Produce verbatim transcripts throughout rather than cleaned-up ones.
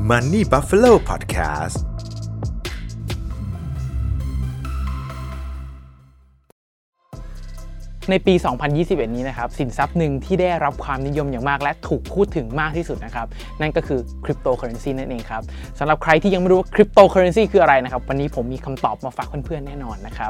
Money Buffalo Podcast ในปี สองพันยี่สิบเอ็ด นี้นะครับสินทรัพย์หนึ่งที่ได้รับความนิยมอย่างมากและถูกพูดถึงมากที่สุดนะครับนั่นก็คือคริปโตเคอเรนซีนั่นเองครับสำหรับใครที่ยังไม่รู้ว่าคริปโตเคอเรนซีคืออะไรนะครับวันนี้ผมมีคำตอบมาฝากเพื่อนๆแน่นอนนะครับ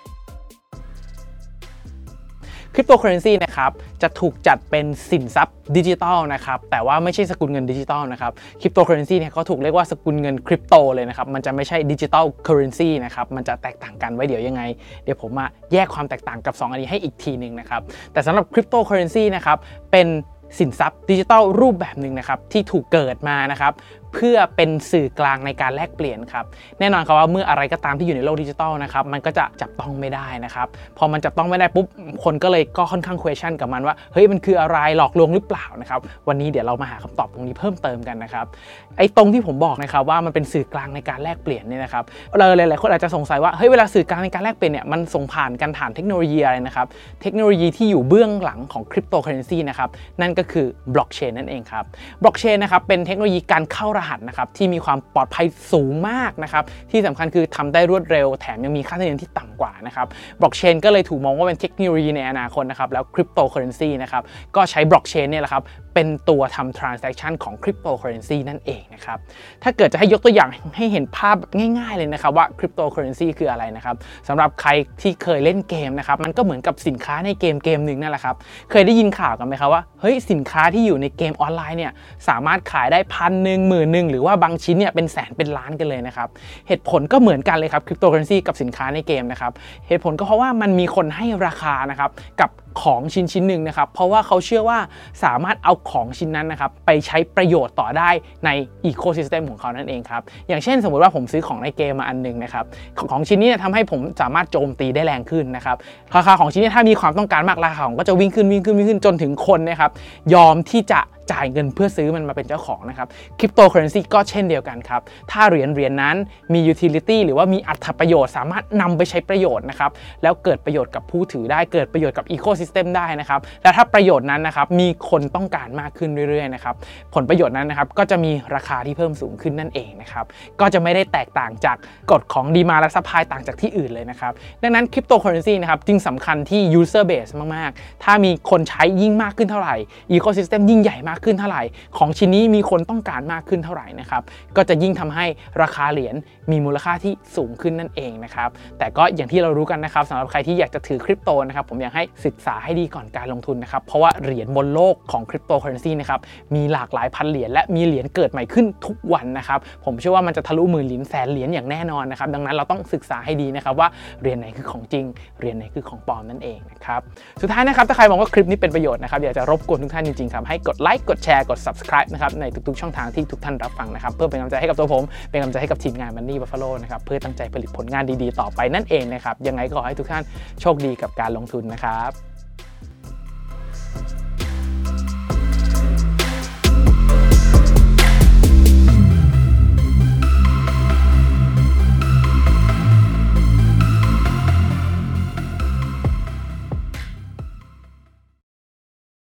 คริปโตเคอเรนซีนะครับจะถูกจัดเป็นสินทรัพย์ดิจิทัลนะครับแต่ว่าไม่ใช่สกุลเงินดิจิทัลนะครับคริปโตเคอเรนซีเนี่ยเขาถูกเรียกว่าสกุลเงินคริปโตเลยนะครับมันจะไม่ใช่ดิจิทัลเคอเรนซีนะครับมันจะแตกต่างกันไว้เดี๋ยวยังไงเดี๋ยวผมมาแยกความแตกต่างกับสองอันนี้ให้อีกทีนึงนะครับแต่สำหรับคริปโตเคอเรนซีนะครับเป็นสินทรัพย์ดิจิทัลรูปแบบหนึ่งนะครับที่ถูกเกิดมานะครับเพื่อเป็นสื่อกลางในการแลกเปลี่ยนครับแน่นอนครับว่าเมื่ออะไรก็ตามที่อยู่ในโลกดิจิทัลนะครับมันก็จะจับต้องไม่ได้นะครับพอมันจับต้องไม่ได้ปุ๊บคนก็เลยก็ค่อนข้าง question กับมันว่าเฮ้ยมันคืออะไรหลอกลวงหรือเปล่านะครับวันนี้เดี๋ยวเรามาหาคำตอบตรงนี้เพิ่มเติมกันนะครับไอ้ตรงที่ผมบอกนะครับว่ามันเป็นสื่อกลางในการแลกเปลี่ยนเนี่ยนะครับหลายๆคนอาจจะสงสัยว่าเฮ้ยเวลาสื่อกลางในการแลกเปลี่ยนเนี่ยมันส่งผ่านการผ่านเทคโนโลยีอะไรนะครับเทคโนโลยีที่อยู่เบื้องหลังของคริปโตเคอเรนซีนะครับนั่นก็คือบล็อกเชนนั่นเองครับบล็อกเชนนะครับเป็นเทคโนโลยีการเข้ารหัสนะครับที่มีความปลอดภัยสูงมากนะครับที่สำคัญคือทำได้รวดเร็วแถมยังมีค่าธรรมเนียมที่ต่ำกว่านะครับบล็อกเชนก็เลยถูกมองว่าเป็นเทคโนโลยีในอนาคตนะครับแล้วคริปโตเคอเรนซีนะครับก็ใช้บล็อกเชนเนี่ยแหละครับเป็นตัวทำ transaction ของคริปโตเคอเรนซีนั่นเองนะครับถ้าเกิดจะให้ยกตัวอย่างให้เห็นภาพง่ายๆเลยนะครับว่าคริปโตเคอเรนซีคืออะไรนะครับสำหรับใครที่เคยเล่นเกมนะครับมันก็เหมือนกับสินค้าในเกมเกมหนึ่งนั่นแหละครับเคยได้ยินข่าวกันไหมครับว่าเฮ้ยสินค้าที่อยู่ในเกมออนไลน์เนี่ยสามารถขายได้พันหนึ่งหมื่นหนึ่งหรือว่าบางชิ้นเนี่ยเป็นแสนเป็นล้านกันเลยนะครับเหตุผลก็เหมือนกันเลยครับคริปโตเคอเรนซีกับสินค้าในเกมนะครับเหตุผลก็เพราะว่ามันมีคนให้ราคานะครับกับของชิ้นชิ้นหนึ่งนะครับเพราะว่าเขาเชื่อว่าสามารถเอาของชิ้นนั้นนะครับไปใช้ประโยชน์ต่อได้ในอีโคซิสเต็มของเขานั่นเองครับอย่างเช่นสมมติว่าผมซื้อของในเกมมาอันนึงนะครับของชิ้นนี้ทำให้ผมสามารถโจมตีได้แรงขึ้นนะครับราคาของชิ้นนี้ถ้ามีความต้องการมากราคาของก็จะวิ่งขึ้นวิ่งขึ้นวิ่งขึ้นจนถึงคนนะครับยอมที่จะจ่ายเงินเพื่อซื้อมันมาเป็นเจ้าของนะครับคริปโตเคอเรนซีก็เช่นเดียวกันครับถ้าเหรียญเหรียญนั้นมียูทิลิตี้หรือว่ามีอรรถประโยชน์สามารถนำไปใช้ประโยชน์นะครับแล้วเกิดประโยชน์กับผู้ถือได้เกิดประโยชน์กับอีโคซิสเต็มได้นะครับและถ้าประโยชน์นั้นนะครับมีคนต้องการมากขึ้นเรื่อยๆนะครับผลประโยชน์นั้นนะครับก็จะมีราคาที่เพิ่มสูงขึ้นนั่นเองนะครับก็จะไม่ได้แตกต่างจากกฎของดีมาและซัพพลายต่างจากที่อื่นเลยนะครับดังนั้นคริปโตเคอเรนซีนะครับจึงสำคัญที่ user base มากๆถ้ามีคนใช้ยิ่งมากขึ้นเท่าไหร่อีโคซิสเต็มยิ่งใหญ่มากขึ้นเท่าไหร่ของชิ้นนี้มีคนต้องการมากขึ้นเท่าไหร่นะครับก็จะยิ่งทำให้ราคาเหรียญมีมูลค่าที่สูงขึ้นนั่นเองนะครับแต่ก็อย่างที่เรารู้กันนะครับสำหรับใครที่อยากจะถือคริปโตนะครับผมอยากให้ศึกษาให้ดีก่อนการลงทุนนะครับเพราะว่าเหรียญบนโลกของคริปโตเคอเรนซีนะครับมีหลากหลายพันเหรียญและมีเหรียญเกิดใหม่ขึ้นทุกวันนะครับผมเชื่อว่ามันจะทะลุหมื่นเหรียญแสนเหรียญอย่างแน่นอนนะครับดังนั้นเราต้องศึกษาให้ดีนะครับว่าเหรียญไหนคือของจริงเหรียญไหนคือของปลอมนั่นเองนะครับสุดท้ายนะครับถ้าใครมองว่าคลิปนี้เป็นประโยชน์นะครับอยากจะรบกวนทุกท่านจริงๆครับให้กดไลค์กดแชร์กด Subscribe นะครับในทุกๆช่องทางที่ทุกท่านรับฟังนะครับเพื่อเป็นกำลังใจให้กับตัวผมเป็นกำลังใจให้กับทีมงาน Money Buffalo นะครับเพื่อตั้งใจผลิตผลงานดีๆต่อไปนั่นเองนะครับยังไงก็ขอให้ทุกท่านโชคดีกับการลงทุนนะครับ